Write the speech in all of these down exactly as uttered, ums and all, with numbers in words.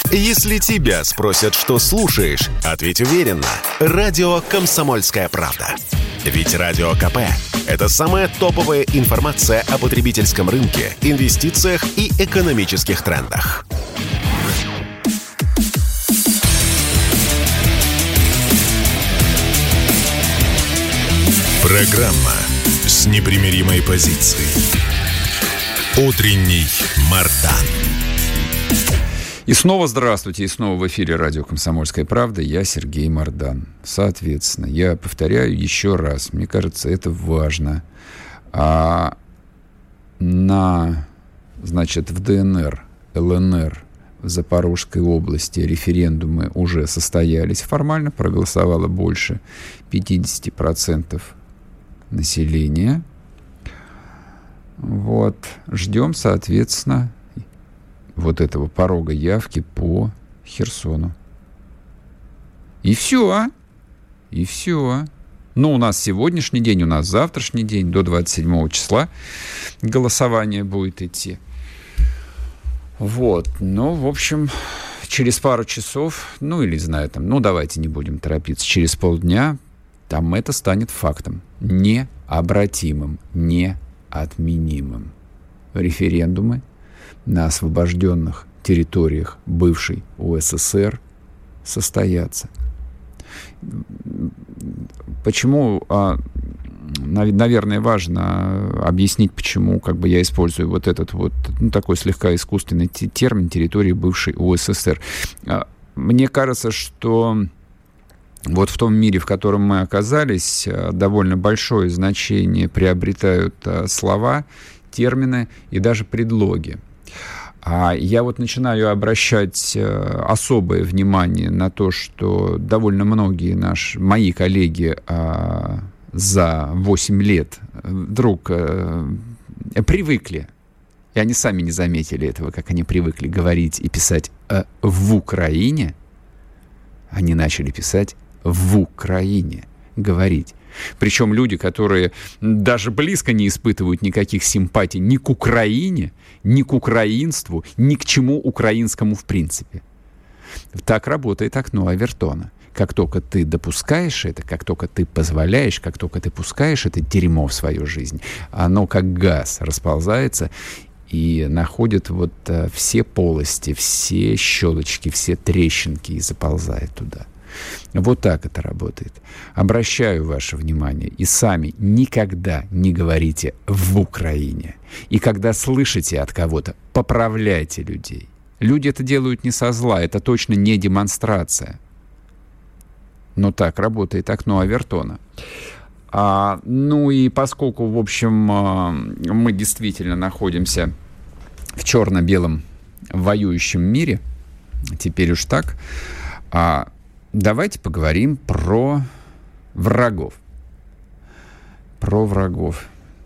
Если тебя спросят, что слушаешь, ответь уверенно. Радио «Комсомольская правда». Ведь Радио КП – это самая топовая информация о потребительском рынке, инвестициях и экономических трендах. Программа с непримиримой позицией. Утренний Мардан. И снова здравствуйте, и снова в эфире радио «Комсомольская правда». Я Сергей Мардан. Соответственно, я повторяю еще раз, мне кажется, это важно. А на, значит, в ДНР, ЛНР, в Запорожской области референдумы уже состоялись. Формально проголосовало больше пятьдесят процентов населения. Вот. Ждем, соответственно, вот этого порога явки по Херсону. И все. И все. Ну, у нас сегодняшний день, у нас завтрашний день, до двадцать седьмого числа голосование будет идти. Вот. Ну, в общем, через пару часов, ну, или, знаю, там, ну, давайте не будем торопиться, через полдня там это станет фактом. Необратимым, неотменимым. Референдумы на освобожденных территориях бывшей УССР состоятся. Почему, наверное, важно объяснить, почему как бы я использую вот этот вот, ну, такой слегка искусственный термин территории бывшей УССР. Мне кажется, что вот в том мире, в котором мы оказались, довольно большое значение приобретают слова, термины и даже предлоги. А я вот начинаю обращать особое внимание на то, что довольно многие наши, мои коллеги а, за восемь лет вдруг а, привыкли, и они сами не заметили этого, как они привыкли говорить и писать а, «в Украине», они начали писать «в Украине», говорить. Причем люди, которые даже близко не испытывают никаких симпатий ни к Украине, ни к украинству, ни к чему украинскому в принципе. Так работает окно Овертона. Как только ты допускаешь это, как только ты позволяешь, как только ты пускаешь это дерьмо в свою жизнь, оно как газ расползается и находит вот а, все полости, все щелочки, все трещинки и заползает туда. Вот так это работает. Обращаю ваше внимание, и сами никогда не говорите «в Украине». И когда слышите от кого-то, поправляйте людей. Люди это делают не со зла, это точно не демонстрация. Но так работает окно Овертона. А, ну и поскольку, в общем, мы действительно находимся в черно-белом воюющем мире, теперь уж так, а давайте поговорим про врагов. Про врагов.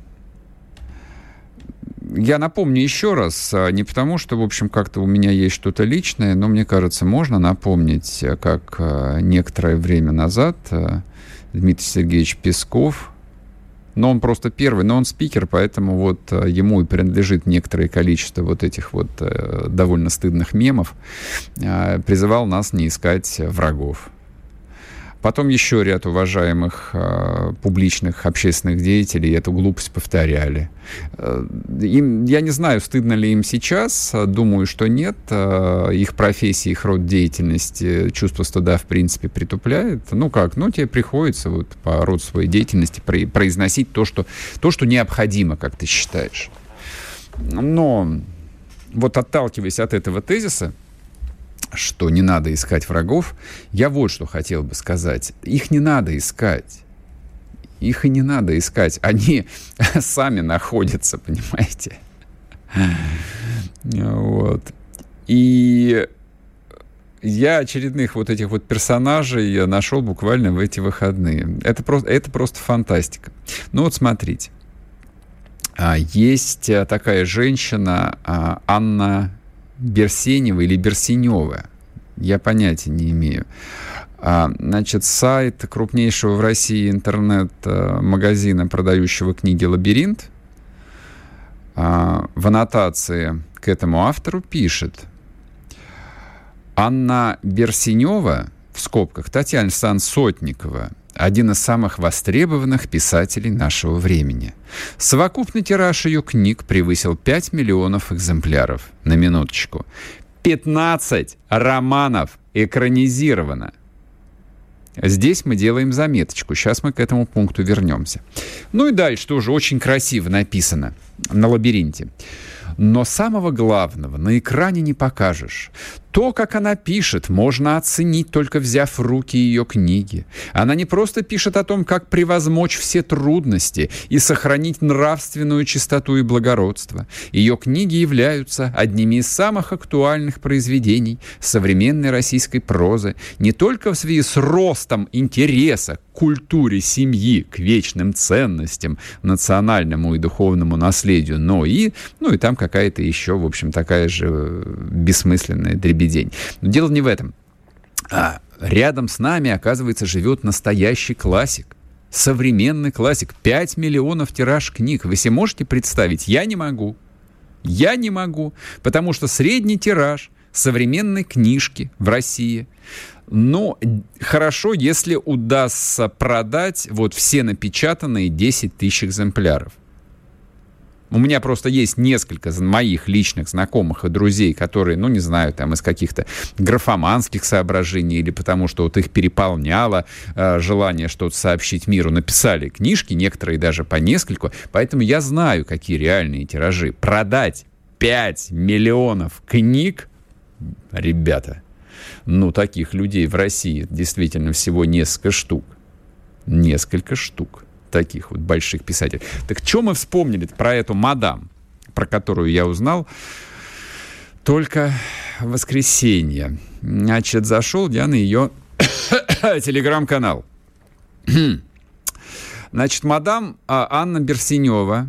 Я напомню еще раз, не потому что, в общем, как-то у меня есть что-то личное, но мне кажется, можно напомнить, как некоторое время назад Дмитрий Сергеевич Песков, но он просто первый, но он спикер, поэтому вот ему и принадлежит некоторое количество вот этих вот довольно стыдных мемов, призывал нас не искать врагов. Потом еще ряд уважаемых э, публичных общественных деятелей эту глупость повторяли. Им, я не знаю, стыдно ли им сейчас, думаю, что нет. Их профессия, их род деятельности чувство стыда, в принципе, притупляет. Ну как, ну тебе приходится вот по роду своей деятельности произносить то, что, то, что необходимо, как ты считаешь. Но вот отталкиваясь от этого тезиса, что не надо искать врагов, я вот что хотел бы сказать. Их не надо искать. Их и не надо искать. Они сами находятся, понимаете? Вот. И я очередных вот этих вот персонажей нашел буквально в эти выходные. Это просто, это просто фантастика. Ну вот смотрите. Есть такая женщина Анна Берсенева или Берсенева. Я понятия не имею. Значит, сайт крупнейшего в России интернет-магазина, продающего книги «Лабиринт», в аннотации к этому автору пишет: Анна Берсенева, в скобках, Татьяна Александровна Сотникова, один из самых востребованных писателей нашего времени. Совокупный тираж ее книг превысил пять миллионов экземпляров. На минуточку. пятнадцать романов экранизировано. Здесь мы делаем заметочку. Сейчас мы к этому пункту вернемся. Ну и дальше тоже очень красиво написано на лабиринте. Но самого главного на экране не покажешь. То, как она пишет, можно оценить, только взяв в руки ее книги. Она не просто пишет о том, как превозмочь все трудности и сохранить нравственную чистоту и благородство. Ее книги являются одними из самых актуальных произведений современной российской прозы, не только в связи с ростом интереса к культуре семьи, к вечным ценностям, национальному и духовному наследию, но и, ну и там какая-то еще, в общем, такая же бессмысленная дребедень. Но дело не в этом. А рядом с нами, оказывается, живет настоящий классик. Современный классик. пять миллионов тираж книг. Вы себе можете представить? Я не могу. Я не могу. Потому что средний тираж современной книжки в России, ну, хорошо, если удастся продать вот все напечатанные десять тысяч экземпляров. У меня просто есть несколько моих личных знакомых и друзей, которые, ну, не знаю, там из каких-то графоманских соображений или потому что вот их переполняло э, желание что-то сообщить миру, написали книжки, некоторые даже по нескольку, поэтому я знаю, какие реальные тиражи. Продать пять миллионов книг, ребята, ну, таких людей в России действительно всего несколько штук. Несколько штук. Таких вот больших писателей. Так что мы вспомнили про эту мадам, про которую я узнал только в воскресенье. Значит, зашел я на ее телеграм-канал. Значит, мадам Анна Берсенева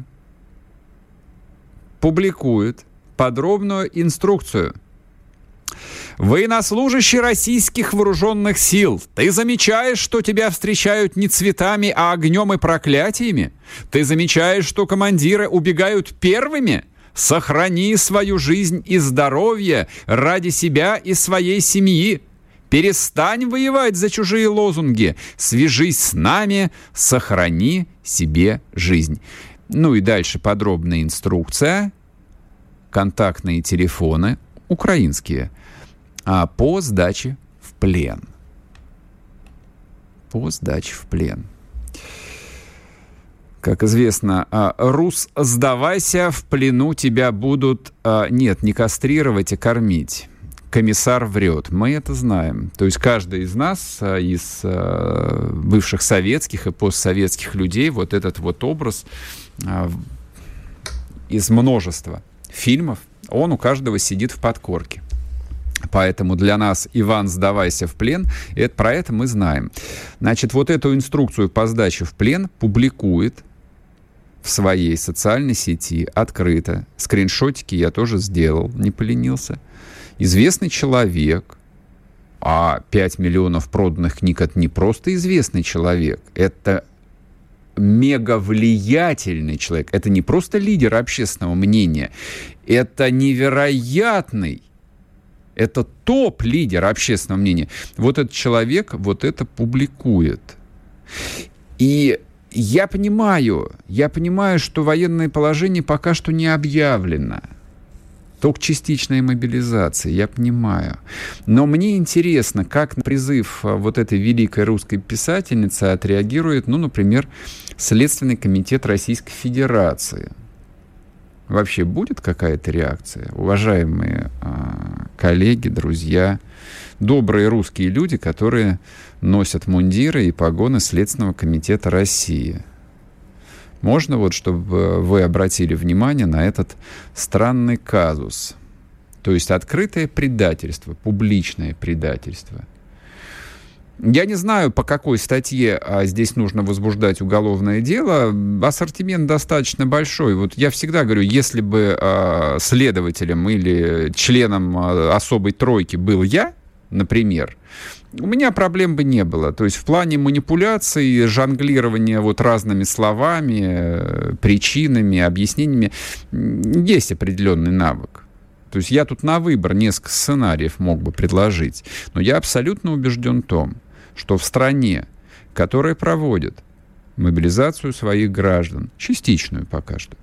публикует подробную инструкцию. Военнослужащий российских вооруженных сил, ты замечаешь, что тебя встречают не цветами, а огнем и проклятиями? Ты замечаешь, что командиры убегают первыми? Сохрани свою жизнь и здоровье ради себя и своей семьи. Перестань воевать за чужие лозунги. Свяжись с нами, сохрани себе жизнь. Ну и дальше подробная инструкция. Контактные телефоны украинские. А по сдаче в плен. По сдаче в плен. Как известно, рус, сдавайся, в плену тебя будут, нет, не кастрировать, а кормить. Комиссар врет. Мы это знаем. То есть каждый из нас, из бывших советских и постсоветских людей, вот этот вот образ из множества фильмов, он у каждого сидит в подкорке. Поэтому для нас «Иван, сдавайся в плен», это, про это мы знаем. Значит, вот эту инструкцию по сдаче в плен публикует в своей социальной сети открыто. Скриншотики я тоже сделал, не поленился. Известный человек, а пять миллионов проданных книг — это не просто известный человек, это мегавлиятельный человек, это не просто лидер общественного мнения, это невероятный, это топ-лидер общественного мнения. Вот этот человек вот это публикует. И я понимаю, я понимаю, что военное положение пока что не объявлено. Только частичная мобилизация, я понимаю. Но мне интересно, как на призыв вот этой великой русской писательницы отреагирует, ну, например, Следственный комитет Российской Федерации. Вообще будет какая-то реакция? Уважаемые а, коллеги, друзья, добрые русские люди, которые носят мундиры и погоны Следственного комитета России. Можно вот, чтобы вы обратили внимание на этот странный казус. То есть открытое предательство, публичное предательство. Я не знаю, по какой статье а здесь нужно возбуждать уголовное дело. Ассортимент достаточно большой. Вот я всегда говорю, если бы а, следователем или членом а, особой тройки был я, например, у меня проблем бы не было. То есть в плане манипуляций, жонглирования вот разными словами, причинами, объяснениями есть определенный навык. То есть я тут на выбор несколько сценариев мог бы предложить. Но я абсолютно убежден в том, что в стране, которая проводит мобилизацию своих граждан, частичную пока что,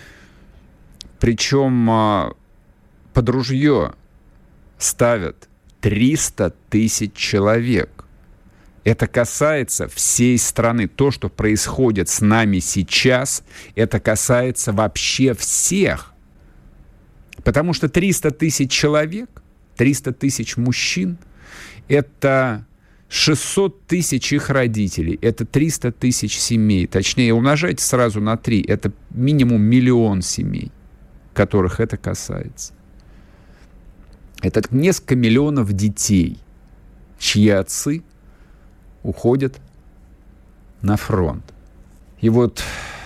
причем под ружье ставят триста тысяч человек. Это касается всей страны. То, что происходит с нами сейчас, это касается вообще всех. Потому что триста тысяч человек, триста тысяч мужчин, это шестьсот тысяч их родителей, это триста тысяч семей. Точнее, умножайте сразу на три, это минимум миллион семей, которых это касается. Это несколько миллионов детей, чьи отцы уходят на фронт. И вот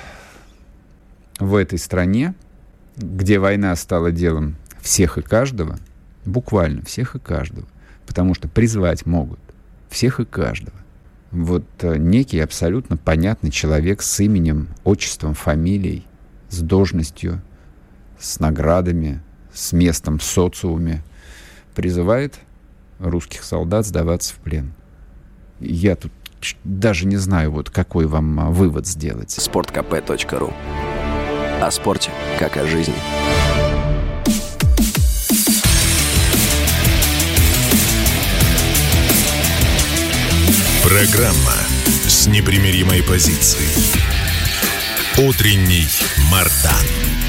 в этой стране, где война стала делом всех и каждого, буквально всех и каждого, потому что призвать могут всех и каждого, вот некий абсолютно понятный человек с именем, отчеством, фамилией, с должностью, с наградами, с местом в социуме призывает русских солдат сдаваться в плен. Я тут даже не знаю, вот какой вам вывод сделать. спорт кей пи точка ру. О спорте, как о жизни. Программа с непримиримой позицией. Утренний Мардан.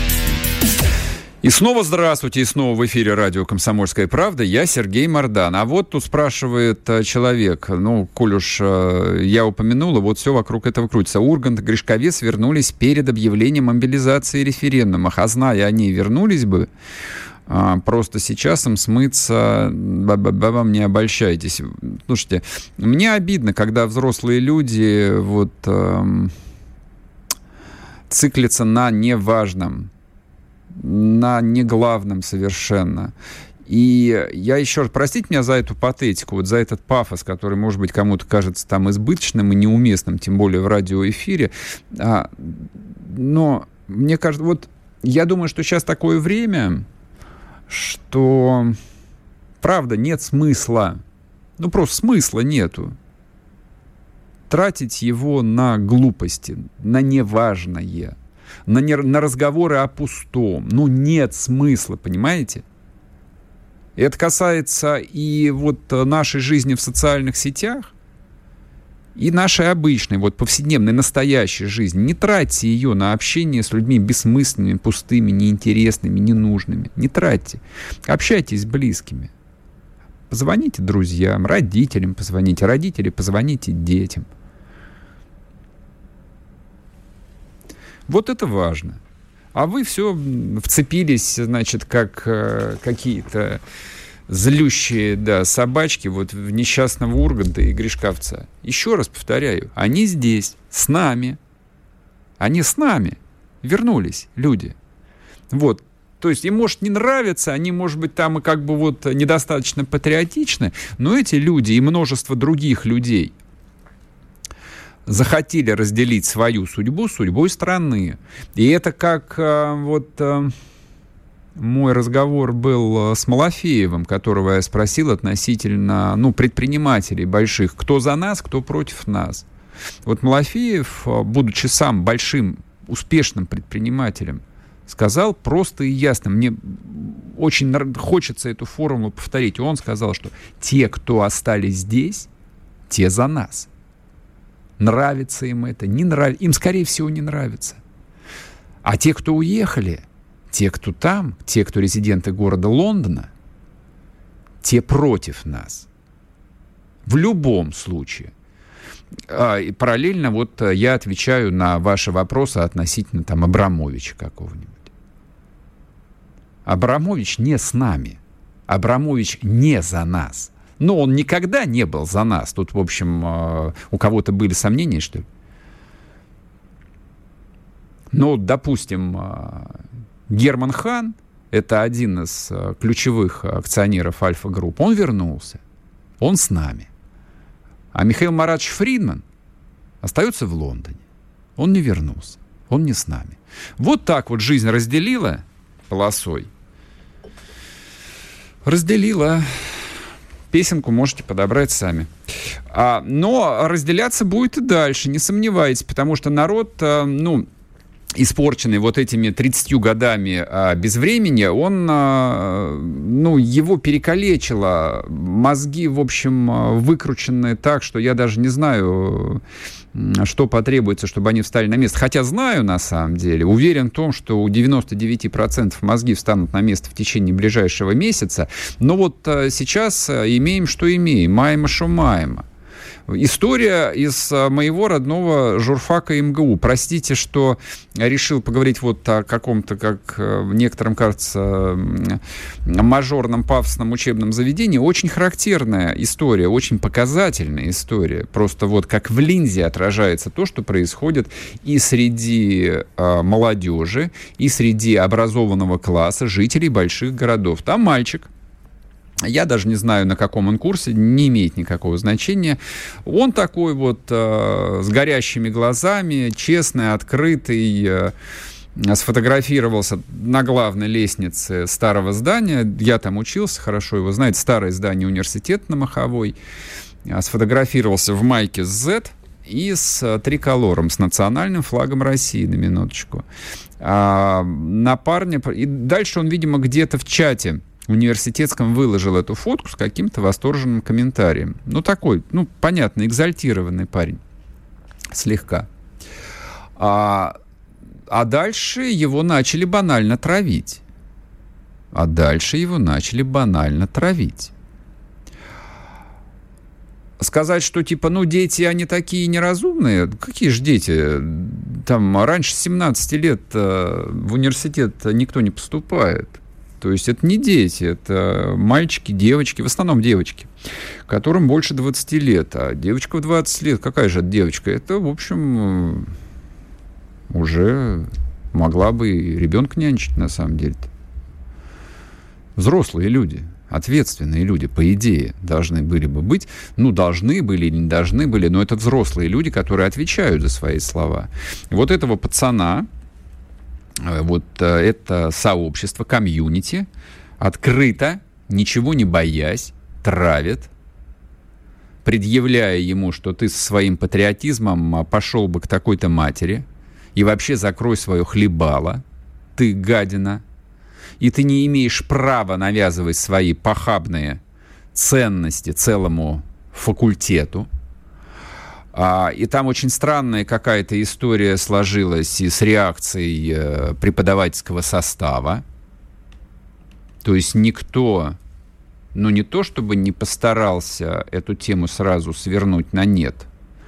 И снова здравствуйте, и снова в эфире радио «Комсомольская правда». Я Сергей Мардан. А вот тут спрашивает человек, ну, коль уж я упомянула, вот все вокруг этого крутится. Ургант и Гришковец вернулись перед объявлением мобилизации и референдума. А зная они, вернулись бы. А, просто сейчас им смыться, вам не обольщайтесь. Слушайте, мне обидно, когда взрослые люди вот эм, циклятся на неважном, на неглавном совершенно. И я еще раз, простите меня за эту патетику, вот за этот пафос, который, может быть, кому-то кажется там избыточным и неуместным, тем более в радиоэфире. А, но мне кажется, вот я думаю, что сейчас такое время, что, правда, нет смысла, ну просто смысла нету тратить его на глупости, на неважное, на, не, на разговоры о пустом. Ну, нет смысла, понимаете? Это касается и вот нашей жизни в социальных сетях, и нашей обычной, вот повседневной, настоящей жизни. Не тратьте ее на общение с людьми бессмысленными, пустыми, неинтересными, ненужными. Не тратьте. Общайтесь с близкими. Позвоните друзьям, родителям позвоните, родители позвоните детям. Вот это важно. А вы все вцепились, значит, как э, какие-то злющие, да, собачки вот в несчастного Урганта и Гришковца. Еще раз повторяю, они здесь, с нами. Они с нами. Вернулись люди. Вот. То есть им, может, не нравится, они, может быть, там и как бы вот недостаточно патриотичны, но эти люди и множество других людей захотели разделить свою судьбу с судьбой страны. И это как э, вот э, мой разговор был с Малафеевым, которого я спросил относительно, ну, предпринимателей больших, кто за нас, кто против нас. Вот Малафеев, будучи сам большим, успешным предпринимателем, сказал просто и ясно, мне очень хочется эту формулу повторить, он сказал, что те, кто остались здесь, те за нас. Нравится им это, не нравится. Им, скорее всего, не нравится. А те, кто уехали, те, кто там, те, кто резиденты города Лондона, те против нас. В любом случае. А, и параллельно вот я отвечаю на ваши вопросы относительно там Абрамовича какого-нибудь. Абрамович не с нами. Абрамович не за нас. Но он никогда не был за нас. Тут, в общем, у кого-то были сомнения, что ли? Ну, допустим, Герман Хан, это один из ключевых акционеров Альфа-групп, он вернулся. Он с нами. А Михаил Маратович Фридман остается в Лондоне. Он не вернулся. Он не с нами. Вот так вот жизнь разделила полосой. разделила. Песенку можете подобрать сами. А, но разделяться будет и дальше, не сомневайтесь, потому что народ, а, ну, испорченный вот этими тридцатью годами а, безвремени, он, а, ну, его перекалечило. Мозги, в общем, выкрученные так, что я даже не знаю, что потребуется, чтобы они встали на место. Хотя знаю, на самом деле, уверен в том, что у девяноста девяти процентов мозги встанут на место в течение ближайшего месяца. Но вот а, сейчас имеем, что имеем. Маемо, шо маемо. История из моего родного журфака эм гэ у. Простите, что решил поговорить вот о каком-то, как некоторым кажется, мажорном пафосном учебном заведении. Очень характерная история, очень показательная история. Просто вот как в линзе отражается то, что происходит и среди э, молодежи, и среди образованного класса жителей больших городов. Там мальчик. Я даже не знаю, на каком он курсе, не имеет никакого значения. Он такой вот э, с горящими глазами, честный, открытый, э, сфотографировался на главной лестнице старого здания. Я там учился, хорошо его знаете, старое здание университета на Маховой. Сфотографировался в майке с Z и с триколором, с национальным флагом России, на минуточку. А, на парня... И дальше он, видимо, где-то в чате университетском выложил эту фотку с каким-то восторженным комментарием. Ну, такой, ну, понятно, экзальтированный парень. Слегка. А, а дальше его начали банально травить. А дальше его начали банально травить. Сказать, что типа, ну, дети, они такие неразумные. Какие же дети? Там раньше семнадцати лет э, в университет никто не поступает. То есть это не дети, это мальчики, девочки, в основном девочки, которым больше двадцати лет. А девочка в двадцать лет, какая же это девочка? Это, в общем, уже могла бы и ребенка нянчить, на самом деле-то. Взрослые люди, ответственные люди, по идее, должны были бы быть. Ну, должны были или не должны были, но это взрослые люди, которые отвечают за свои слова. Вот этого пацана... Вот это сообщество, комьюнити, открыто, ничего не боясь, травит, предъявляя ему, что ты со своим патриотизмом пошел бы к такой-то матери и вообще закрой свое хлебало, ты гадина, и ты не имеешь права навязывать свои похабные ценности целому факультету. А, и там очень странная какая-то история сложилась и с реакцией э, преподавательского состава. То есть никто, ну не то чтобы не постарался эту тему сразу свернуть на нет.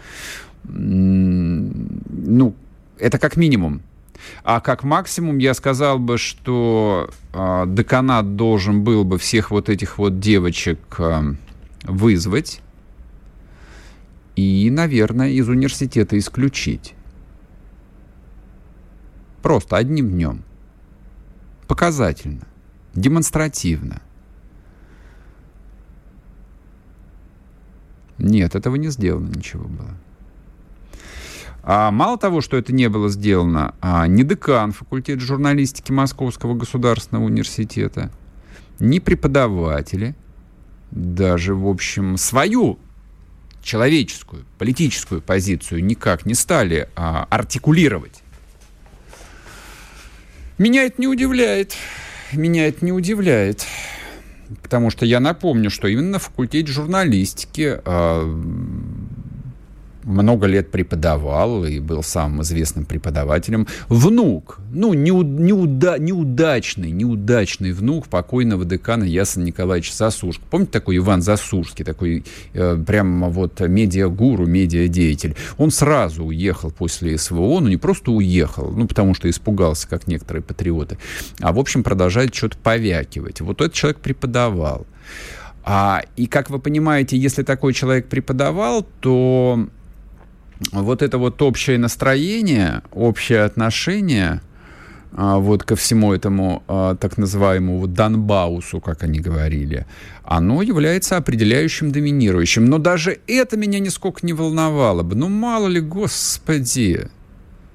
Ну, это как минимум. А как максимум я сказал бы, что э, деканат должен был бы всех вот этих вот девочек э, вызвать и, наверное, из университета исключить. Просто одним днем. Показательно. Демонстративно. Нет, этого не сделано ничего было. А мало того, что это не было сделано, а ни декан факультета журналистики Московского государственного университета, ни преподаватели, даже, в общем, свою человеческую, политическую позицию никак не стали а, артикулировать. Меня это не удивляет. Меня это не удивляет. Потому что я напомню, что именно на факультете журналистики а, много лет преподавал и был самым известным преподавателем внук, ну, неу, неуда, неудачный, неудачный внук покойного декана Ясона Николаевича Засурского. Помните такой Иван Засурский, такой э, прям вот медиагуру, медиадеятель? Он сразу уехал после СВО, ну, не просто уехал, ну, потому что испугался, как некоторые патриоты, а, в общем, продолжает что-то повякивать. Вот этот человек преподавал. А, и, как вы понимаете, если такой человек преподавал, то вот это вот общее настроение, общее отношение а, вот ко всему этому а, так называемому Донбаусу, как они говорили, оно является определяющим, доминирующим. Но даже это меня нисколько не волновало бы. Ну, мало ли, господи,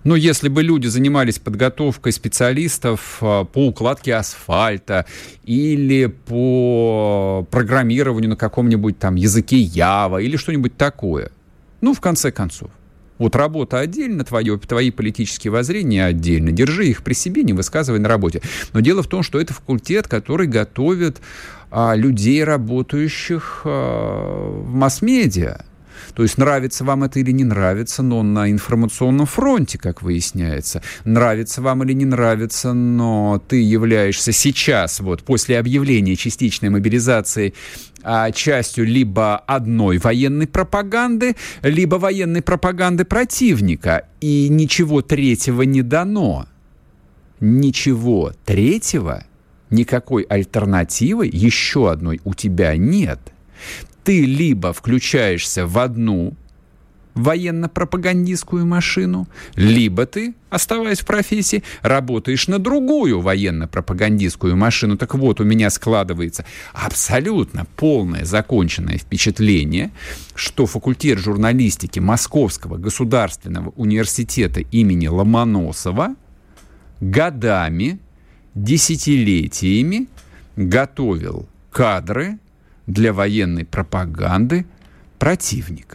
Ну, если бы люди занимались подготовкой специалистов по укладке асфальта или по программированию на каком-нибудь там языке Java или что-нибудь такое, ну, в конце концов. Вот работа отдельно, твое, твои политические воззрения отдельно. Держи их при себе, не высказывай на работе. Но дело в том, что это факультет, который готовит а, людей, работающих а, в масс-медиа. То есть нравится вам это или не нравится, но на информационном фронте, как выясняется. Нравится вам или не нравится, но ты являешься сейчас, вот после объявления частичной мобилизации, частью либо одной военной пропаганды, либо военной пропаганды противника. И ничего третьего не дано. Ничего третьего, никакой альтернативы еще одной у тебя нет. Ты либо включаешься в одну военно-пропагандистскую машину, либо ты, оставаясь в профессии, работаешь на другую военно-пропагандистскую машину. Так вот, у меня складывается абсолютно полное законченное впечатление, что факультет журналистики Московского государственного университета имени Ломоносова годами, десятилетиями готовил кадры для военной пропаганды противника.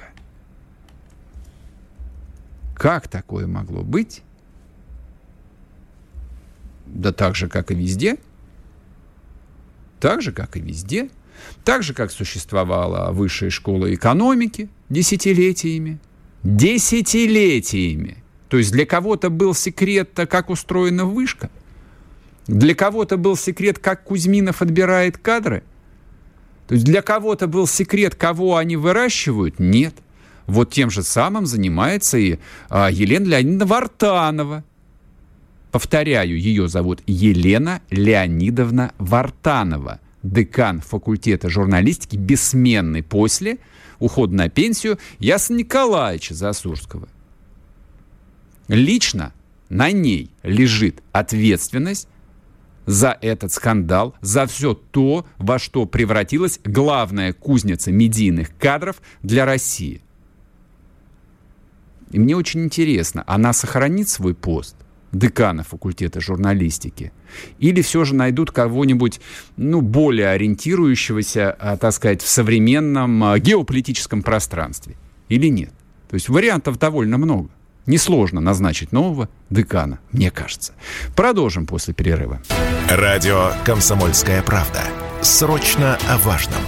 Как такое могло быть? Да так же, как и везде. Так же, как и везде. Так же, как существовала высшая школа экономики десятилетиями. Десятилетиями. То есть для кого-то был секрет, как устроена вышка. Для кого-то был секрет, как Кузьминов отбирает кадры. То есть для кого-то был секрет, кого они выращивают? Нет. Вот тем же самым занимается и а, Елена Леонидовна Вартанова. Повторяю, ее зовут Елена Леонидовна Вартанова, декан факультета журналистики, бессменный после ухода на пенсию Ясна Николаевича Засурского. Лично на ней лежит ответственность за этот скандал, за все то, во что превратилась главная кузница медийных кадров для России. И мне очень интересно, она сохранит свой пост декана факультета журналистики или все же найдут кого-нибудь, ну, более ориентирующегося, так сказать, в современном геополитическом пространстве или нет? То есть вариантов довольно много. Несложно назначить нового декана, мне кажется. Продолжим после перерыва. Радио «Комсомольская правда». Срочно о важном.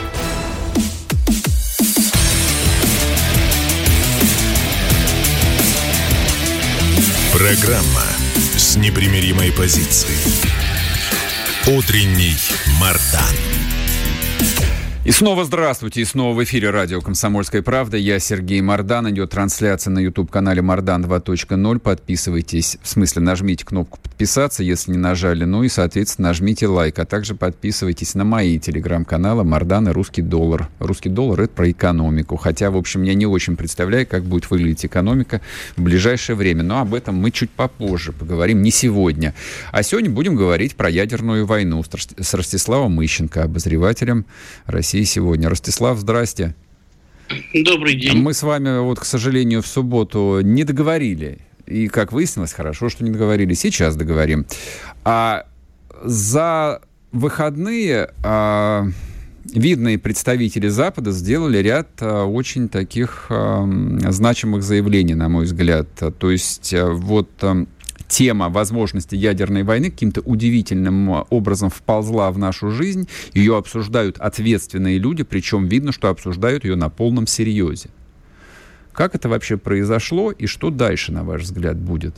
Программа с непримиримой позицией. Утренний Мардан. И снова здравствуйте, и снова в эфире радио «Комсомольская правда». Я Сергей Мардан. Идет трансляция на YouTube-канале Мардан два точка ноль. Подписывайтесь, в смысле нажмите кнопку «Подписаться», если не нажали. Ну и, соответственно, нажмите лайк. А также подписывайтесь на мои телеграм-каналы Мардан и Русский доллар. Русский доллар — это про экономику. Хотя, в общем, я не очень представляю, как будет выглядеть экономика в ближайшее время. Но об этом мы чуть попозже поговорим, не сегодня. А сегодня будем говорить про ядерную войну с Ростиславом Ищенко, обозревателем России сегодня. Ростислав, здрасте. Добрый день. Мы с вами, вот, к сожалению, в субботу не договорили. И, как выяснилось, хорошо, что не договорили. Сейчас договорим. А за выходные а, видные представители Запада сделали ряд а, очень таких а, значимых заявлений, на мой взгляд. То есть, а, вот... А, тема возможности ядерной войны каким-то удивительным образом вползла в нашу жизнь. Ее обсуждают ответственные люди, причем видно, что обсуждают ее на полном серьезе. Как это вообще произошло и что дальше, на ваш взгляд, будет?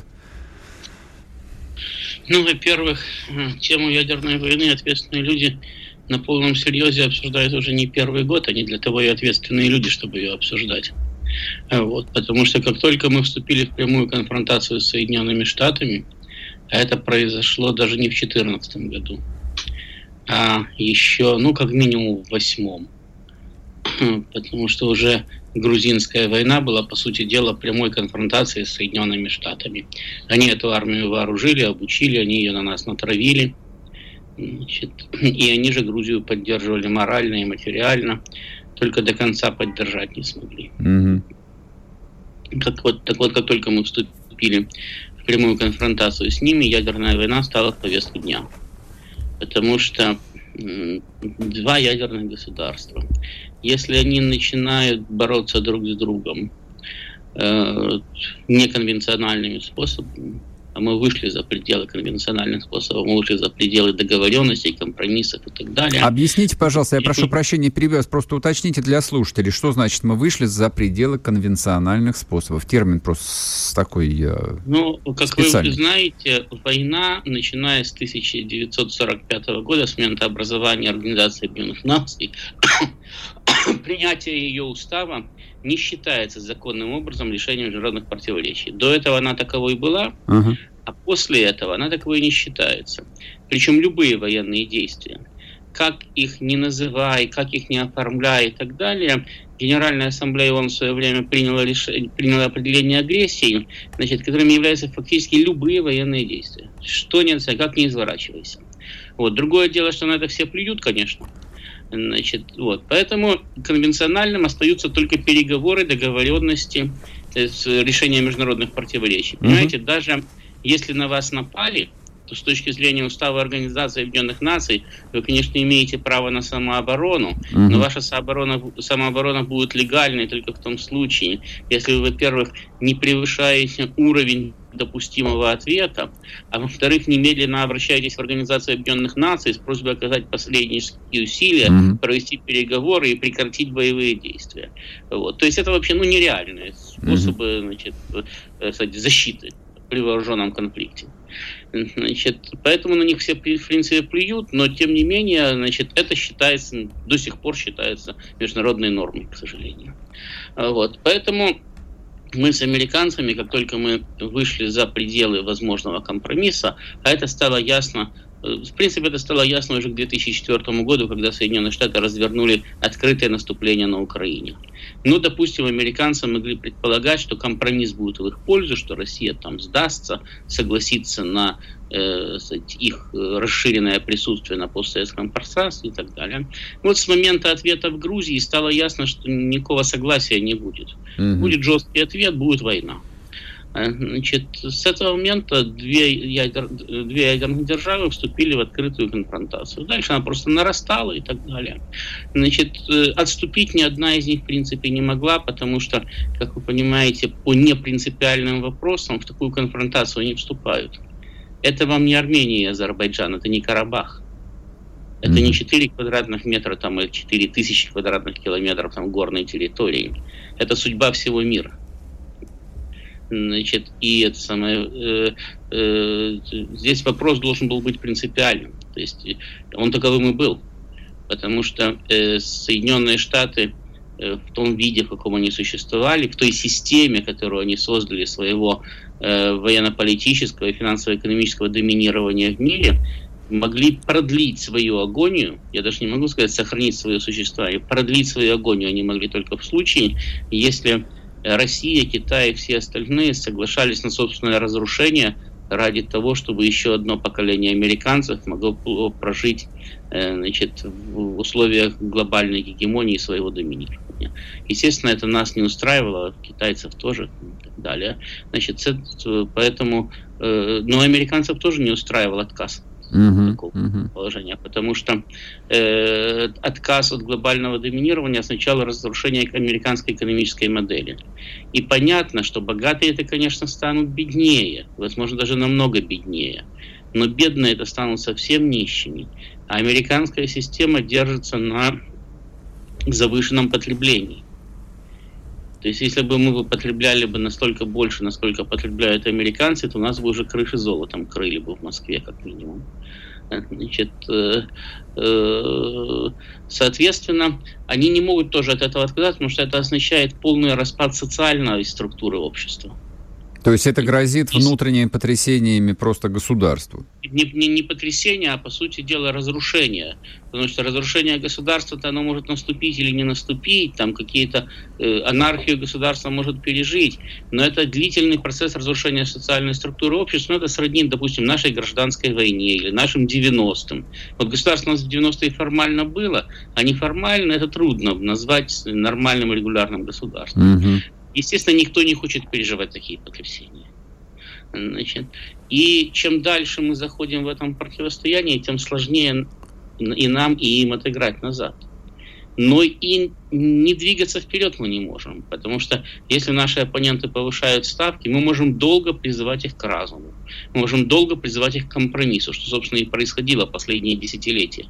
Ну, во-первых, тему ядерной войны ответственные люди на полном серьезе обсуждают уже не первый год. Они для того и ответственные люди, чтобы ее обсуждать. Вот, потому что как только мы вступили в прямую конфронтацию с Соединенными Штатами, а это произошло даже не в две тысячи четырнадцатом году, а еще, ну, как минимум в восьмом. Потому что уже грузинская война была, по сути дела, прямой конфронтацией с Соединенными Штатами. Они эту армию вооружили, обучили, они ее на нас натравили. Значит, и они же Грузию поддерживали морально и материально. Только до конца поддержать не смогли. Mm-hmm. Так вот, так вот, как только мы вступили вступили в прямую конфронтацию с ними, ядерная война стала в повестку дня. Потому что два ядерных государства, если они начинают бороться друг с другом э, неконвенциональными способами, а мы вышли за пределы конвенциональных способов, мы вышли за пределы договоренностей, компромиссов и так далее. Объясните, пожалуйста, я прошу прощения, перебью, просто уточните для слушателей, что значит мы вышли за пределы конвенциональных способов? Термин просто такой Ну, как специальный. Вы знаете, война, начиная с тысяча девятьсот сорок пятого года, с момента образования Организации Объединенных Наций, принятие ее устава не считается законным образом решением международных противоречий. До этого она таковой была, uh-huh. а после этого она таковой не считается. Причем любые военные действия, как их не называй, как их не оформляй и так далее, Генеральная Ассамблея ООН в свое время приняла, решение, приняла определение агрессии, значит, которыми являются фактически любые военные действия. Что не как не изворачивайся. Вот. Другое дело, что на это все плюют, конечно. Значит, вот. Поэтому конвенциональным остаются только переговоры, договоренности, решения международных противоречий. Mm-hmm. Понимаете, даже если на вас напали, то с точки зрения Устава Организации Объединенных Наций вы, конечно, имеете право на самооборону, mm-hmm. но ваша самооборона, самооборона будет легальной только в том случае, если вы, во-первых, не превышаете уровень допустимого ответа, а во-вторых, немедленно обращаетесь в Организацию Объединенных Наций с просьбой оказать последние усилия, mm-hmm. провести переговоры и прекратить боевые действия. Вот. То есть это вообще ну, нереальные способы mm-hmm. значит, кстати, защиты при вооруженном конфликте. Значит, поэтому на них все, в принципе, плюют, но, тем не менее, значит, это считается, до сих пор считается международной нормой, к сожалению. Вот. Поэтому мы с американцами, как только мы вышли за пределы возможного компромисса, а это стало ясно, в принципе, это стало ясно уже к две тысячи четвёртому году, когда Соединенные Штаты развернули открытое наступление на Украине. Но, допустим, американцы могли предполагать, что компромисс будет в их пользу, что Россия там сдастся, согласится на э, их расширенное присутствие на постсоветском пространстве и так далее. Вот с момента ответа в Грузии стало ясно, что никакого согласия не будет. Mm-hmm. Будет жесткий ответ, будет война. Значит, с этого момента две, ядер, две ядерных державы вступили в открытую конфронтацию. Дальше она просто нарастала и так далее. Значит, отступить ни одна из них в принципе не могла, потому что, как вы понимаете, по непринципиальным вопросам в такую конфронтацию не вступают. Это вам не Армения и Азербайджан, это не Карабах. Это mm-hmm. не четыре квадратных метра там, или четыре тысячи квадратных километров там, горной территории. Это судьба всего мира. Значит, и это самое, э, э, здесь вопрос должен был быть принципиальным. То есть он таковым и был. Потому что э, Соединенные Штаты э, в том виде, в каком они существовали, в той системе, которую они создали, своего э, военно-политического и финансово-экономического доминирования в мире, могли продлить свою агонию, я даже не могу сказать сохранить свое существование, продлить свою агонию они могли только в случае, если Россия, Китай и все остальные соглашались на собственное разрушение ради того, чтобы еще одно поколение американцев могло прожить значит, в условиях глобальной гегемонии своего доминирования. Естественно, это нас не устраивало, китайцев тоже и так далее. Значит, поэтому, но американцев тоже не устраивал отказ. Uh-huh, такого uh-huh. положения, потому что э, отказ от глобального доминирования означал разрушение американской экономической модели. И понятно, что богатые это, конечно, станут беднее, возможно, даже намного беднее, но бедные это станут совсем нищими. А американская система держится на завышенном потреблении. То есть, если бы мы потребляли бы настолько больше, насколько потребляют американцы, то у нас бы уже крыши золотом крыли бы в Москве, как минимум. Значит, э, э, соответственно, они не могут тоже от этого отказаться, потому что это означает полный распад социальной структуры общества. То есть это грозит внутренними потрясениями просто государству? Не, не, не потрясение, а по сути дела разрушение. Потому что разрушение государства-то оно может наступить или не наступить, там какие-то э, анархию государства может пережить. Но это длительный процесс разрушения социальной структуры общества. Ну, это сродни, допустим, нашей гражданской войне или нашим девяностым. Вот государство у нас в девяностые формально было, а неформально это трудно назвать нормальным регулярным государством. Угу. Естественно, никто не хочет переживать такие потрясения. Значит, и чем дальше мы заходим в этом противостоянии, тем сложнее и нам, и им отыграть назад. Но и не двигаться вперед мы не можем, потому что если наши оппоненты повышают ставки, мы можем долго призывать их к разуму, мы можем долго призывать их к компромиссу, что, собственно, и происходило последние десятилетия.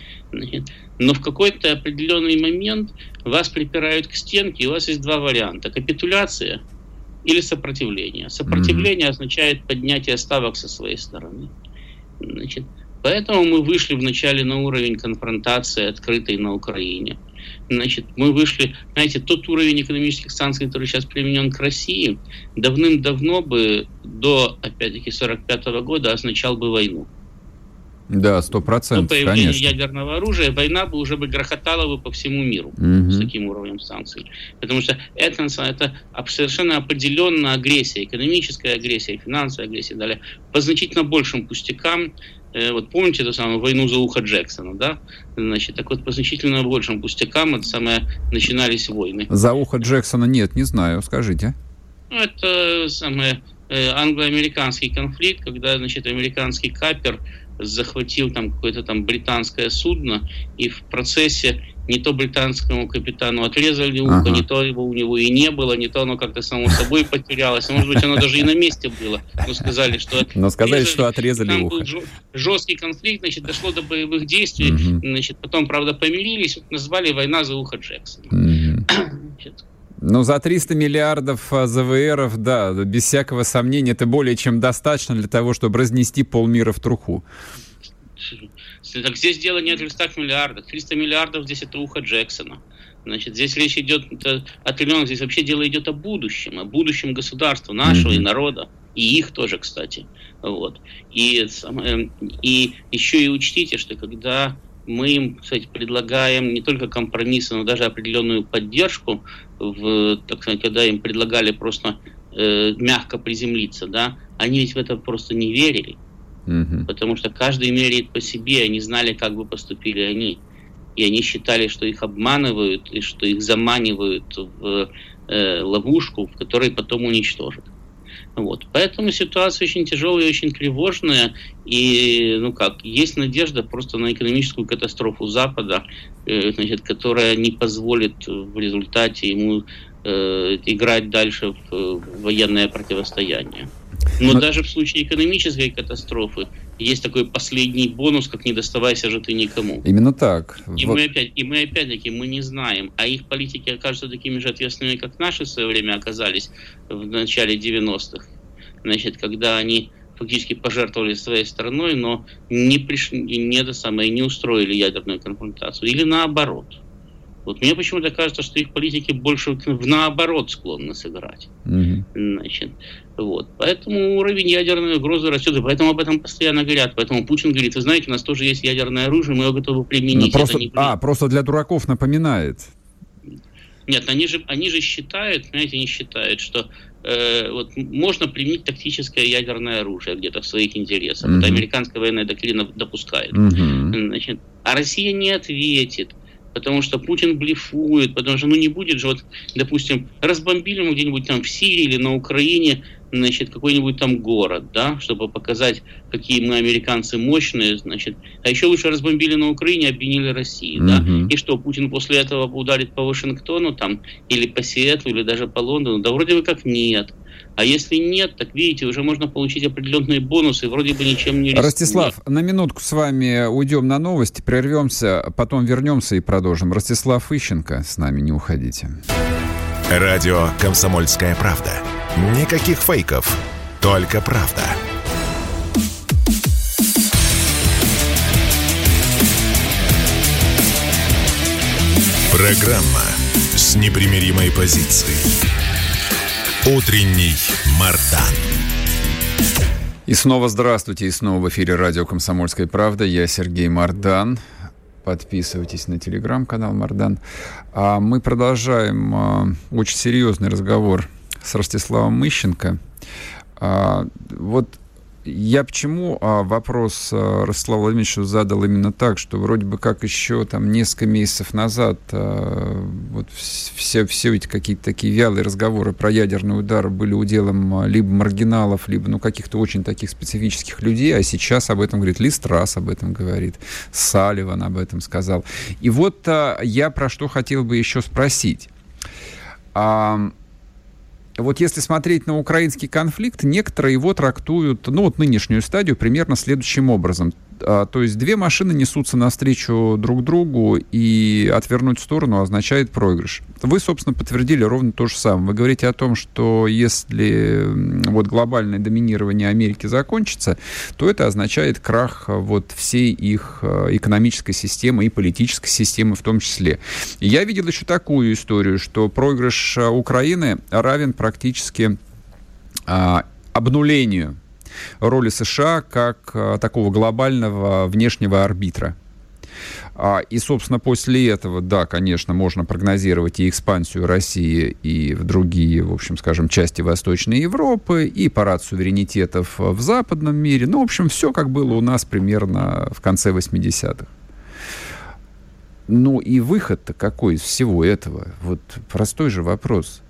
Но в какой-то определенный момент вас припирают к стенке, и у вас есть два варианта: капитуляция или сопротивление. Сопротивление mm-hmm. означает поднятие ставок со своей стороны. Значит, поэтому мы вышли вначале на уровень конфронтации открытой на Украине. Значит, мы вышли, знаете, тот уровень экономических санкций, который сейчас применен к России, давным-давно бы до, опять-таки, сорок пятого года означал бы войну. Да, сто процентов, конечно. До появления конечно. ядерного оружия война бы уже бы грохотала бы по всему миру угу. с таким уровнем санкций. Потому что это, это совершенно определенно агрессия, экономическая агрессия, финансовая агрессия, далее, по значительно большим пустякам. Вот помните эту самую войну за ухо Джексона, да? Значит, так вот, по значительно большим пустякам это самое, начинались войны. За ухо Джексона нет, не знаю, скажите. Это самое англо-американский конфликт, когда, значит, американский капер захватил там какое-то там британское судно, и в процессе не то британскому капитану отрезали ухо, ага. не то его у него и не было, не то оно как-то само собой потерялось, а может быть оно даже и на месте было, но сказали, что отрезали. Но сказали, что отрезали там ухо. Был жесткий конфликт, значит, дошло до боевых действий, угу. значит, потом, правда, помирились, назвали «Война за ухо Джексона». Угу. Ну, за триста миллиардов ЗВРов, да, без всякого сомнения, это более чем достаточно для того, чтобы разнести полмира в труху. Так здесь дело не о трехстах миллиардах. триста миллиардов здесь это ухо Джексона. Значит, здесь речь идет о триллионах, здесь вообще дело идет о будущем, о будущем государства нашего mm-hmm. и народа, и их тоже, кстати. Вот. И, и еще и учтите, что когда мы им, кстати, предлагаем не только компромиссы, но даже определенную поддержку, в, так сказать, когда им предлагали просто э, мягко приземлиться, да, они ведь в это просто не верили. Mm-hmm. Потому что каждый меряет по себе, они знали, как бы поступили они. И они считали, что их обманывают, и что их заманивают в э, ловушку, в которой потом уничтожат. Вот. Поэтому ситуация очень тяжелая и очень тревожная. И, ну как, есть надежда просто на экономическую катастрофу Запада, э, значит, которая не позволит в результате ему э, играть дальше в, в военное противостояние. Но, Но даже в случае экономической катастрофы есть такой последний бонус, как «не доставайся же ты никому». Именно так. И, вот. мы, опять, и мы опять-таки мы не знаем, а их политики окажутся такими же ответственными, как наши в свое время оказались в начале девяностых. Значит, когда они фактически пожертвовали своей страной, но не, пришли, не, это самое, не устроили ядерную конфронтацию. Или наоборот. Вот мне почему-то кажется, что их политики больше в наоборот склонны сыграть. Mm-hmm. Значит, вот. Поэтому уровень ядерной угрозы растет, и поэтому об этом постоянно говорят. Поэтому Путин говорит: вы знаете, у нас тоже есть ядерное оружие, мы его готовы применить. Ну, просто, не а, просто для дураков напоминает. Нет, они же, они же считают, понимаете, они считают, что э, вот, можно применить тактическое ядерное оружие где-то в своих интересах. Mm-hmm. Это американская военная доктрина допускает. Mm-hmm. Значит, а Россия не ответит. Потому что Путин блефует, потому что, ну, не будет же, вот, допустим, разбомбили мы где-нибудь там в Сирии или на Украине, значит, какой-нибудь там город, да, чтобы показать, какие мы американцы мощные, значит, а еще лучше разбомбили на Украине, обвинили Россию, mm-hmm. да, и что, Путин после этого ударит по Вашингтону там, или по Сиэтлу, или даже по Лондону, да вроде бы как нет. А если нет, так видите, уже можно получить определенные бонусы, вроде бы ничем не рискуя. Ростислав, на минутку с вами уйдем на новости, прервемся, потом вернемся и продолжим. Ростислав Ищенко, с нами не уходите. Радио «Комсомольская правда». Никаких фейков, только правда. Программа с непримиримой позицией. Утренний Мардан. И снова здравствуйте, и снова в эфире радио «Комсомольская правда». Я Сергей Мардан. Подписывайтесь на телеграм-канал Мардан. А мы продолжаем а, очень серьезный разговор с Ростиславом Ищенко. А, вот Я почему а, вопрос а, Ростиславу Владимировичу задал именно так, что вроде бы как еще там несколько месяцев назад а, вот все, все эти какие-то такие вялые разговоры про ядерный удар были уделом либо маргиналов, либо ну, каких-то очень таких специфических людей, а сейчас об этом говорит Ли Страс, об этом говорит, Салливан об этом сказал. И вот а, я про что хотел бы еще спросить. А, Вот если смотреть на украинский конфликт, некоторые его трактуют, ну вот нынешнюю стадию, примерно следующим образом. А, то есть две машины несутся навстречу друг другу, и отвернуть в сторону означает проигрыш. Вы, собственно, подтвердили ровно то же самое. Вы говорите о том, что если вот глобальное доминирование Америки закончится, то это означает крах вот всей их экономической системы и политической системы в том числе. И я видел еще такую историю, что проигрыш Украины равен практически а, обнулению роли США как а, такого глобального внешнего арбитра. А, и, собственно, после этого, да, конечно, можно прогнозировать и экспансию России и в другие, в общем, скажем, части Восточной Европы, и парад суверенитетов в западном мире. Ну, в общем, все как было у нас примерно в конце восьмидесятых. Ну, и выход-то какой из всего этого? Вот простой же вопрос.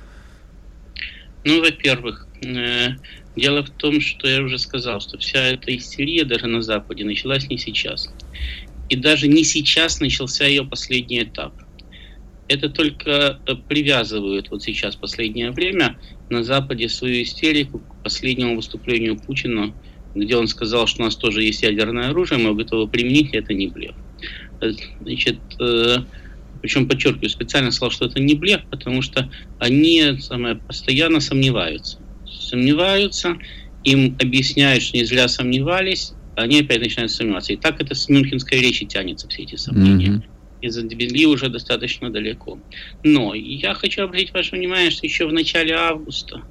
Ну, во-первых, э, дело в том, что я уже сказал, что вся эта истерия даже на Западе началась не сейчас. И даже не сейчас начался ее последний этап. Это только привязывают вот сейчас, в последнее время, на Западе свою истерику к последнему выступлению Путина, где он сказал, что у нас тоже есть ядерное оружие, мы готовы применить, это не блеф. Значит, э, причем, подчеркиваю, специально сказал, что это не блеф, потому что они самое, постоянно сомневаются. Сомневаются, им объясняют, что не зря сомневались, они опять начинают сомневаться. И так это с мюнхенской речи тянется, все эти сомнения. Mm-hmm. И задвели уже достаточно далеко. Но я хочу обратить ваше внимание, что еще в начале августа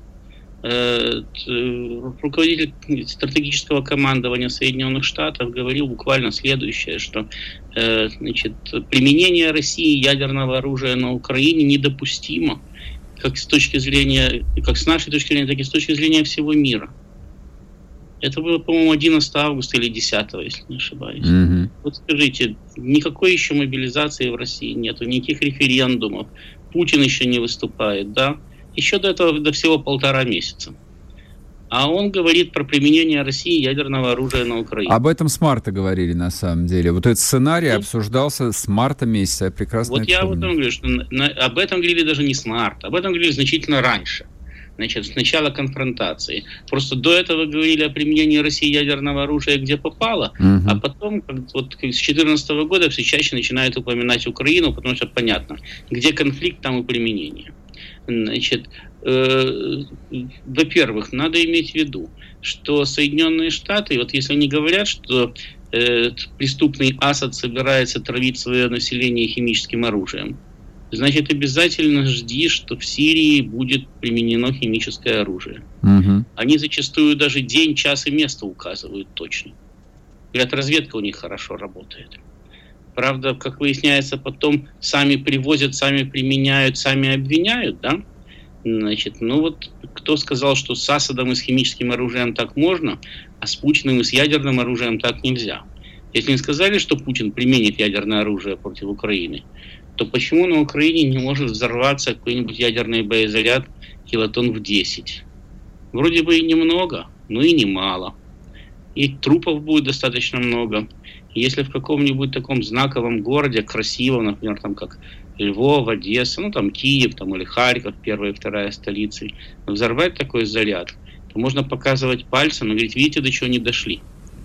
э, руководитель стратегического командования Соединенных Штатов говорил буквально следующее, что э, значит, применение России ядерного оружия на Украине недопустимо, как с точки зрения, как с нашей точки зрения, так и с точки зрения всего мира. Это было, по-моему, одиннадцатого августа или десятого, если не ошибаюсь. Mm-hmm. Вот скажите, никакой еще мобилизации в России нету, никаких референдумов, Путин еще не выступает, да? Еще до этого, до всего полтора месяца. А он говорит про применение России ядерного оружия на Украине. Об этом с марта говорили, на самом деле. Вот этот сценарий mm-hmm. обсуждался с марта месяца, я прекрасно Вот я помню. об этом говорю, что на, об этом говорили даже не с марта, об этом говорили значительно раньше. Значит, с начала конфронтации. Просто до этого говорили о применении России ядерного оружия где попало, uh-huh. а потом вот, с две тысячи четырнадцатого года все чаще начинают упоминать Украину, потому что понятно, где конфликт, там и применение. Значит, э, во-первых, надо иметь в виду, что Соединенные Штаты, вот если они говорят, что э, преступный Асад собирается травить свое население химическим оружием, значит, обязательно жди, что в Сирии будет применено химическое оружие. Угу. Они зачастую даже день, час и место указывают точно. Говорят, разведка у них хорошо работает. Правда, как выясняется, потом сами привозят, сами применяют, сами обвиняют, да? Значит, ну вот кто сказал, что с Асадом и с химическим оружием так можно, а с Путиным и с ядерным оружием так нельзя? Если не сказали, что Путин применит ядерное оружие против Украины, то почему на Украине не может взорваться какой-нибудь ядерный боезаряд килотонн в десять? Вроде бы и немного, но и немало. И трупов будет достаточно много. Если в каком-нибудь таком знаковом городе, красивом, например, там как Львов, Одесса, ну там Киев там, или Харьков, первая и вторая столицы, взорвать такой заряд, то можно показывать пальцем и говорить, видите, до чего они дошли.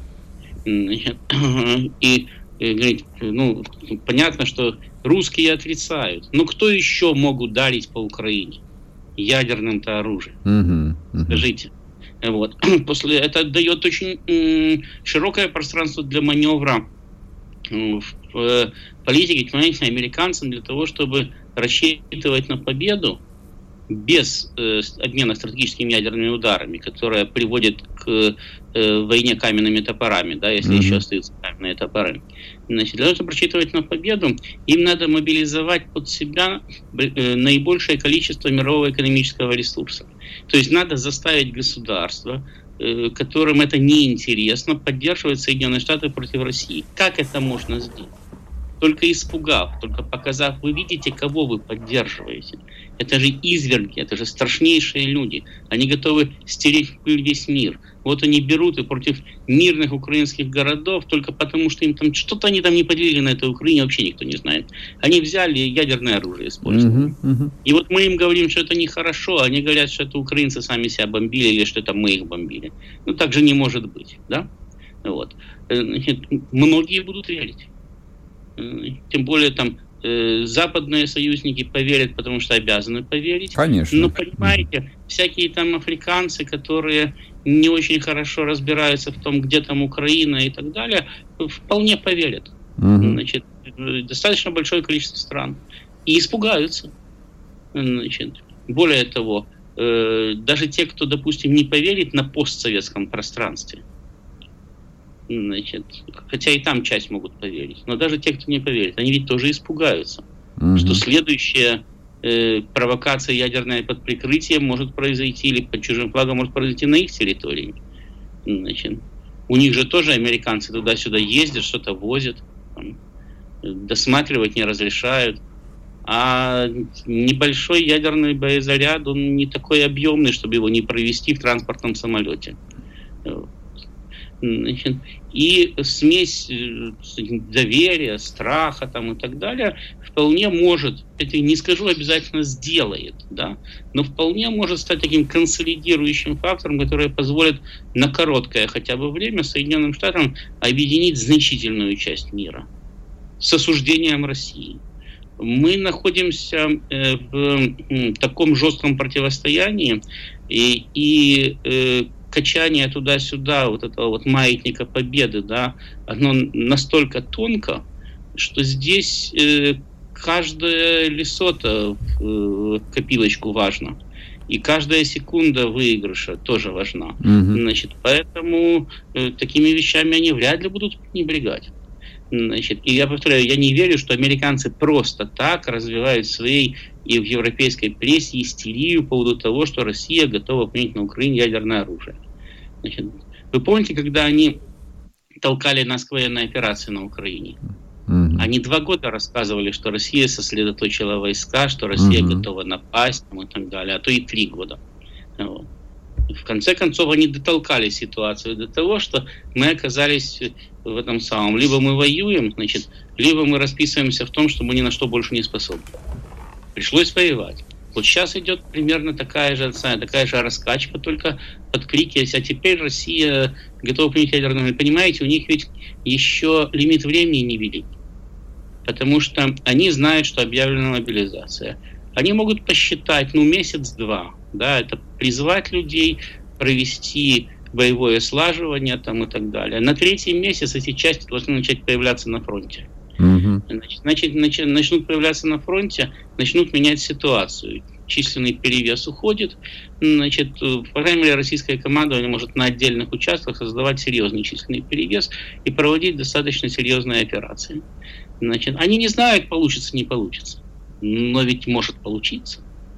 И говорить, ну, понятно, что русские отрицают. Но кто еще мог ударить по Украине ядерным-то оружием? Uh-huh, uh-huh. Скажите. Вот. После, это дает очень м, широкое пространство для маневра в, в политике, понимаете, американцам для того, чтобы рассчитывать на победу без э, обмена стратегическими ядерными ударами, которая приводит к э, войне каменными топорами, да, если mm-hmm. еще остаются каменные топоры. Значит, для того, чтобы рассчитывать на победу, им надо мобилизовать под себя э, наибольшее количество мирового экономического ресурса. То есть надо заставить государство которым это неинтересно, поддерживать Соединенные Штаты против России. Как это можно сделать? Только испугав, только показав, вы видите, кого вы поддерживаете. Это же изверги, это же страшнейшие люди. Они готовы стереть в пыль весь мир. Вот они берут и против мирных украинских городов, только потому что им там что-то они там не поделили на этой Украине, вообще никто не знает. Они взяли ядерное оружие, использовали. Uh-huh, uh-huh. И вот мы им говорим, что это нехорошо, а они говорят, что это украинцы сами себя бомбили или что это мы их бомбили. Ну так же не может быть, да? Вот. Значит, многие будут верить. Тем более там э, западные союзники поверят, потому что обязаны поверить. Конечно. Но понимаете, mm. всякие там африканцы, которые не очень хорошо разбираются в том, где там Украина и так далее, вполне поверят. Mm-hmm. Значит, достаточно большое количество стран. И испугаются. Значит, более того, э, даже те, кто, допустим, не поверит на постсоветском пространстве, значит, хотя и там часть могут поверить, но даже те, кто не поверит, они ведь тоже испугаются, mm-hmm. что следующая э, провокация ядерная под прикрытием может произойти, или под чужим флагом может произойти на их территории. Значит, у них же тоже американцы туда-сюда ездят, что-то возят, там, досматривать не разрешают. А небольшой ядерный боезаряд, он не такой объемный, чтобы его не провести в транспортном самолете. Значит, и смесь доверия, страха там, и так далее вполне может, это не скажу обязательно сделает, да, но вполне может стать таким консолидирующим фактором, который позволит на короткое хотя бы время Соединенным Штатам объединить значительную часть мира с осуждением России. Мы находимся э, в э, таком жестком противостоянии, и, и э, качание туда-сюда вот этого вот маятника победы, да, оно настолько тонко, что здесь э, каждая лесота в э, копилочку важна. И каждая секунда выигрыша тоже важна. Mm-hmm. Значит, поэтому э, такими вещами они вряд ли будут пренебрегать. Значит, и я повторяю, я не верю, что американцы просто так развивают в своей и в европейской прессе истерию по поводу того, что Россия готова применить на Украине ядерное оружие. Значит, вы помните, когда они толкали нас к военной операции на Украине? Mm-hmm. Они два года рассказывали, что Россия сосредоточила войска, что Россия mm-hmm. готова напасть и так далее, а то и три года. Вот. В конце концов, они дотолкали ситуацию до того, что мы оказались в этом самом. Либо мы воюем, значит, либо мы расписываемся в том, что мы ни на что больше не способны. Пришлось воевать. Вот сейчас идет примерно такая же, такая же раскачка, только под крики, а теперь Россия готова принять ядерное оружие. Понимаете, у них ведь еще лимит времени не велик. Потому что они знают, что объявлена мобилизация. Они могут посчитать, ну, месяц-два. Да, это призвать людей, провести боевое слаживание там, и так далее. На третий месяц эти части должны начать появляться на фронте. Mm-hmm. Значит, нач, начнут появляться на фронте, начнут менять ситуацию. Численный перевес уходит. Значит, по крайней мере, российское командование может на отдельных участках создавать серьезный численный перевес и проводить достаточно серьезные операции. Значит, они не знают, получится, не получится. Но ведь может получиться.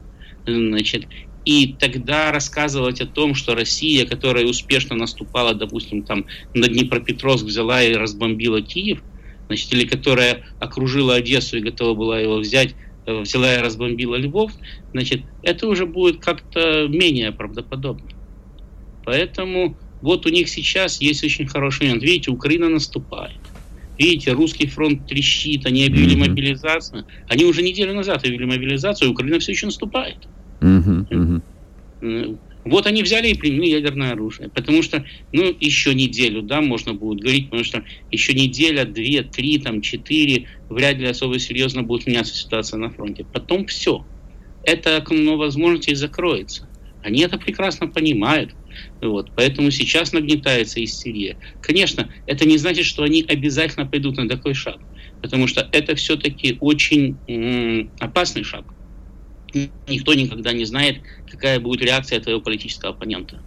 Значит, и тогда рассказывать о том, что Россия, которая успешно наступала, допустим, там на Днепропетровск, взяла и разбомбила Киев, значит, или которая окружила Одессу и готова была его взять, взяла и разбомбила Львов, значит, это уже будет как-то менее правдоподобно. Поэтому вот у них сейчас есть очень хороший момент. Видите, Украина наступает. Видите, русский фронт трещит, они объявили mm-hmm. мобилизацию. Они уже неделю назад объявили мобилизацию, и Украина все еще наступает. Mm-hmm. Mm-hmm. Вот они взяли и применили ядерное оружие. Потому что, ну, еще неделю, да, можно будет говорить, потому что еще неделя, две, три, там, четыре, вряд ли особо серьезно будет меняться ситуация на фронте. Потом все. Это окно возможностей закроется. Они это прекрасно понимают. Вот. Поэтому сейчас нагнетается истерия. Конечно, это не значит, что они обязательно пойдут на такой шаг. Потому что это все-таки очень м- опасный шаг. Никто никогда не знает, какая будет реакция твоего политического оппонента.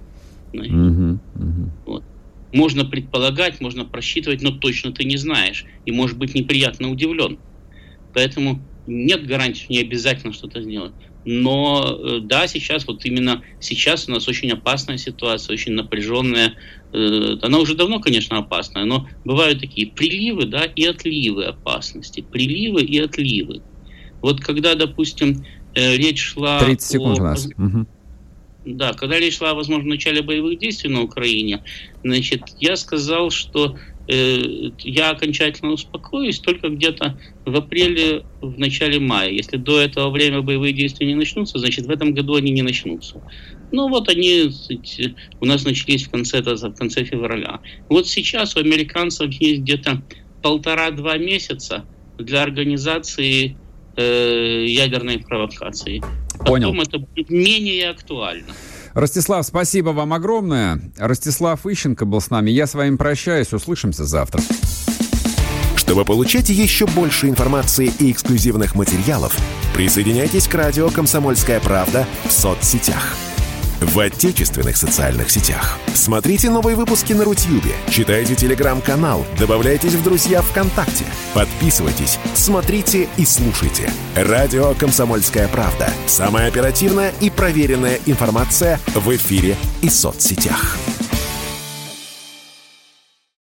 Uh-huh, uh-huh. Вот. Можно предполагать, можно просчитывать, но точно ты не знаешь. И, может быть, неприятно удивлен. Поэтому нет гарантии, что не обязательно что-то сделать. Но да, сейчас, вот именно сейчас у нас очень опасная ситуация, очень напряженная. Она уже давно, конечно, опасная, но бывают такие приливы, да, и отливы опасности. Приливы и отливы. Вот когда, допустим, речь шла... тридцать секунд о... у нас. Угу. Да, когда речь шла о возможном начале боевых действий на Украине, значит, я сказал, что э, я окончательно успокоюсь только где-то в апреле, в начале мая. Если до этого время боевые действия не начнутся, значит, в этом году они не начнутся. Ну вот они, кстати, у нас начались в конце, в конце февраля. Вот сейчас у американцев есть где-то полтора-два месяца для организации э, ядерной провокации. Понял. Потом это будет менее актуально. Ростислав, спасибо вам огромное. Ростислав Ищенко был с нами. Я с вами прощаюсь. Услышимся завтра. Чтобы получать еще больше информации и эксклюзивных материалов, присоединяйтесь к радио «Комсомольская правда» в соцсетях. В отечественных социальных сетях. Смотрите новые выпуски на Рутьюбе, читайте телеграм-канал, добавляйтесь в друзья ВКонтакте, подписывайтесь, смотрите и слушайте. Радио «Комсомольская правда». Самая оперативная и проверенная информация в эфире и соцсетях.